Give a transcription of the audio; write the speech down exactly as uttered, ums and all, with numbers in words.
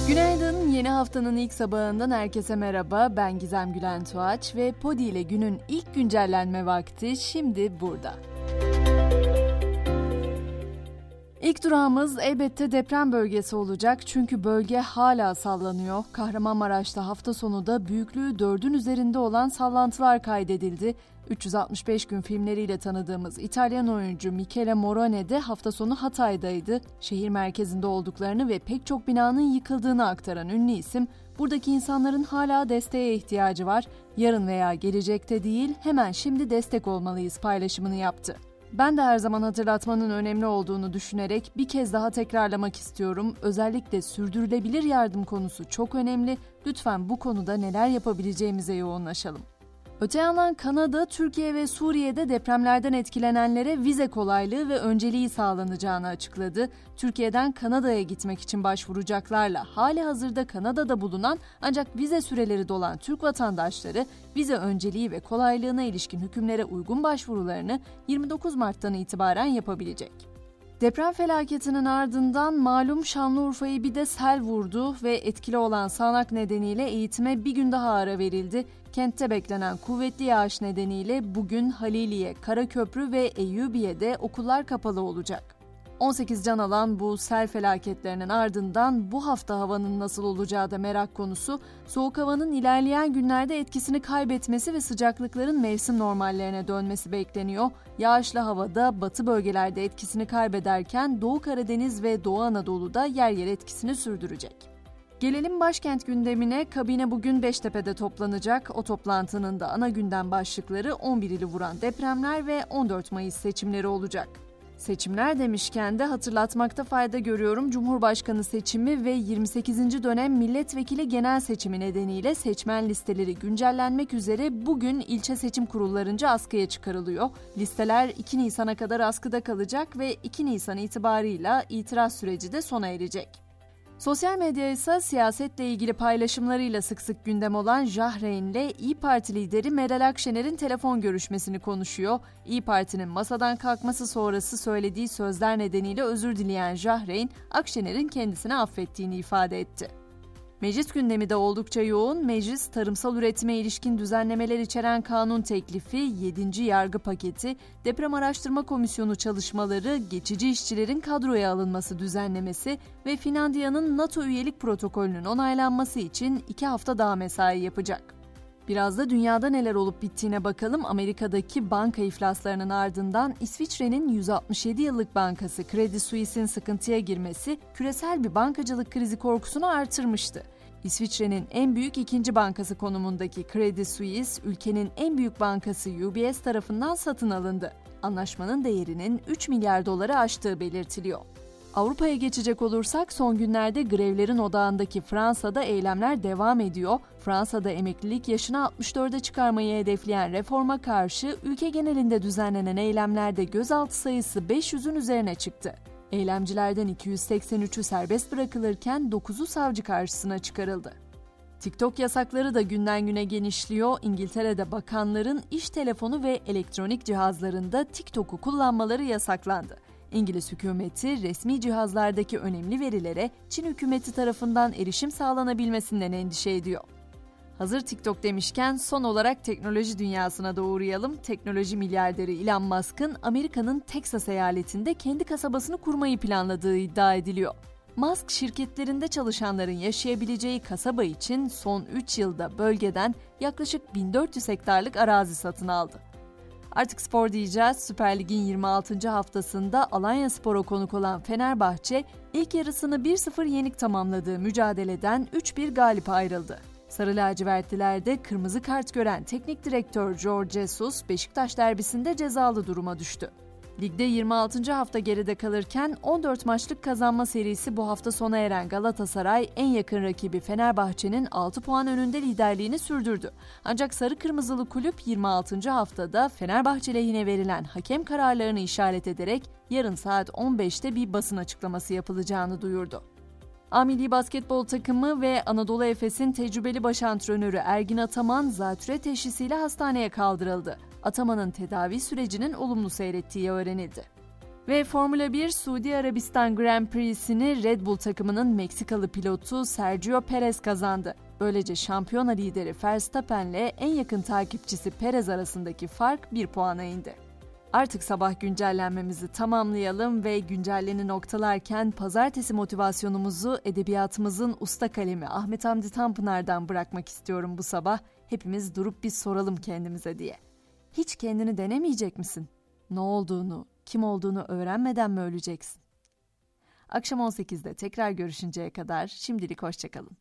Günaydın, yeni haftanın ilk sabahından herkese merhaba. Ben Gizem Gülen Tuğaç ve Podi ile günün ilk güncellenme vakti şimdi burada. İlk durağımız elbette deprem bölgesi olacak çünkü bölge hala sallanıyor. Kahramanmaraş'ta hafta sonu da büyüklüğü dördün üzerinde olan sallantılar kaydedildi. üç yüz altmış beş gün filmleriyle tanıdığımız İtalyan oyuncu Michele Morone de hafta sonu Hatay'daydı. Şehir merkezinde olduklarını ve pek çok binanın yıkıldığını aktaran ünlü isim, buradaki insanların hala desteğe ihtiyacı var, yarın veya gelecekte değil hemen şimdi destek olmalıyız paylaşımını yaptı. Ben de her zaman hatırlatmanın önemli olduğunu düşünerek bir kez daha tekrarlamak istiyorum. Özellikle sürdürülebilir yardım konusu çok önemli. Lütfen bu konuda neler yapabileceğimize yoğunlaşalım. Öte yandan Kanada, Türkiye ve Suriye'de depremlerden etkilenenlere vize kolaylığı ve önceliği sağlanacağını açıkladı. Türkiye'den Kanada'ya gitmek için başvuracaklarla hali hazırda Kanada'da bulunan ancak vize süreleri dolan Türk vatandaşları vize önceliği ve kolaylığına ilişkin hükümlere uygun başvurularını yirmi dokuz Mart'tan itibaren yapabilecek. Deprem felaketinin ardından malum Şanlıurfa'yı bir de sel vurdu ve etkili olan sağanak nedeniyle eğitime bir gün daha ara verildi. Kentte beklenen kuvvetli yağış nedeniyle bugün Haliliye, Karaköprü ve Eyyubiye'de okullar kapalı olacak. on sekiz can alan bu sel felaketlerinin ardından bu hafta havanın nasıl olacağı da merak konusu. Soğuk havanın ilerleyen günlerde etkisini kaybetmesi ve sıcaklıkların mevsim normallerine dönmesi bekleniyor. Yağışlı havada batı bölgelerde etkisini kaybederken Doğu Karadeniz ve Doğu Anadolu'da yer yer etkisini sürdürecek. Gelelim başkent gündemine. Kabine bugün Beştepe'de toplanacak. O toplantının da ana gündem başlıkları on bir ili vuran depremler ve on dört Mayıs seçimleri olacak. Seçimler demişken de hatırlatmakta fayda görüyorum. Cumhurbaşkanı seçimi ve yirmi sekizinci dönem milletvekili genel seçimi nedeniyle seçmen listeleri güncellenmek üzere bugün ilçe seçim kurullarınca askıya çıkarılıyor. Listeler iki Nisan'a kadar askıda kalacak ve iki Nisan itibarıyla itiraz süreci de sona erecek. Sosyal medya ise siyasetle ilgili paylaşımlarıyla sık sık gündem olan Jahreyn'le İYİ Parti lideri Meral Akşener'in telefon görüşmesini konuşuyor. İYİ Parti'nin masadan kalkması sonrası söylediği sözler nedeniyle özür dileyen Jahreyn, Akşener'in kendisini affettiğini ifade etti. Meclis gündemi de oldukça yoğun. Meclis, tarımsal üretime ilişkin düzenlemeler içeren kanun teklifi, yedinci yargı paketi, deprem araştırma komisyonu çalışmaları, geçici işçilerin kadroya alınması düzenlemesi ve Finlandiya'nın NATO üyelik protokolünün onaylanması için iki hafta daha mesai yapacak. Biraz da dünyada neler olup bittiğine bakalım. Amerika'daki banka iflaslarının ardından İsviçre'nin yüz altmış yedi yıllık bankası Credit Suisse'in sıkıntıya girmesi küresel bir bankacılık krizi korkusunu artırmıştı. İsviçre'nin en büyük ikinci bankası konumundaki Credit Suisse, ülkenin en büyük bankası U B S tarafından satın alındı. Anlaşmanın değerinin üç milyar doları aştığı belirtiliyor. Avrupa'ya geçecek olursak son günlerde grevlerin odağındaki Fransa'da eylemler devam ediyor. Fransa'da emeklilik yaşını altmış dörde çıkarmayı hedefleyen reforma karşı ülke genelinde düzenlenen eylemlerde gözaltı sayısı beş yüzün üzerine çıktı. Eylemcilerden iki yüz seksen üçü serbest bırakılırken dokuzu savcı karşısına çıkarıldı. TikTok yasakları da günden güne genişliyor. İngiltere'de bakanların iş telefonu ve elektronik cihazlarında TikTok'u kullanmaları yasaklandı. İngiliz hükümeti resmi cihazlardaki önemli verilere Çin hükümeti tarafından erişim sağlanabilmesinden endişe ediyor. Hazır TikTok demişken son olarak teknoloji dünyasına da uğrayalım. Teknoloji milyarderi Elon Musk'ın Amerika'nın Texas eyaletinde kendi kasabasını kurmayı planladığı iddia ediliyor. Musk, şirketlerinde çalışanların yaşayabileceği kasaba için son üç yılda bölgeden yaklaşık bin dört yüz hektarlık arazi satın aldı. Artık spor diyeceğiz. Süper Lig'in yirmi altıncı haftasında Alanyaspor'a konuk olan Fenerbahçe, ilk yarısını bir sıfır yenik tamamladığı mücadeleden üç bir galip ayrıldı. Sarı lacivertlilerde kırmızı kart gören teknik direktör Jorge Jesus, Beşiktaş derbisinde cezalı duruma düştü. Ligde yirmi altıncı hafta geride kalırken on dört maçlık kazanma serisi bu hafta sona eren Galatasaray en yakın rakibi Fenerbahçe'nin altı puan önünde liderliğini sürdürdü. Ancak sarı kırmızılı kulüp yirmi altıncı haftada Fenerbahçe lehine verilen hakem kararlarını işaret ederek yarın saat on beşte bir basın açıklaması yapılacağını duyurdu. A Milli Basketbol takımı ve Anadolu Efes'in tecrübeli baş antrenörü Ergin Ataman zatürre teşhisiyle hastaneye kaldırıldı. Ataman'ın tedavi sürecinin olumlu seyrettiği öğrenildi. Ve Formula bir Suudi Arabistan Grand Prix'sini Red Bull takımının Meksikalı pilotu Sergio Perez kazandı. Böylece şampiyona lideri Verstappen'le en yakın takipçisi Perez arasındaki fark bir puana indi. Artık sabah güncellenmemizi tamamlayalım ve güncelleni noktalarken pazartesi motivasyonumuzu edebiyatımızın usta kalemi Ahmet Hamdi Tanpınar'dan bırakmak istiyorum bu sabah. Hepimiz durup bir soralım kendimize diye. Hiç kendini denemeyecek misin? Ne olduğunu, kim olduğunu öğrenmeden mi öleceksin? Akşam on sekizde tekrar görüşünceye kadar şimdilik hoşça kalın.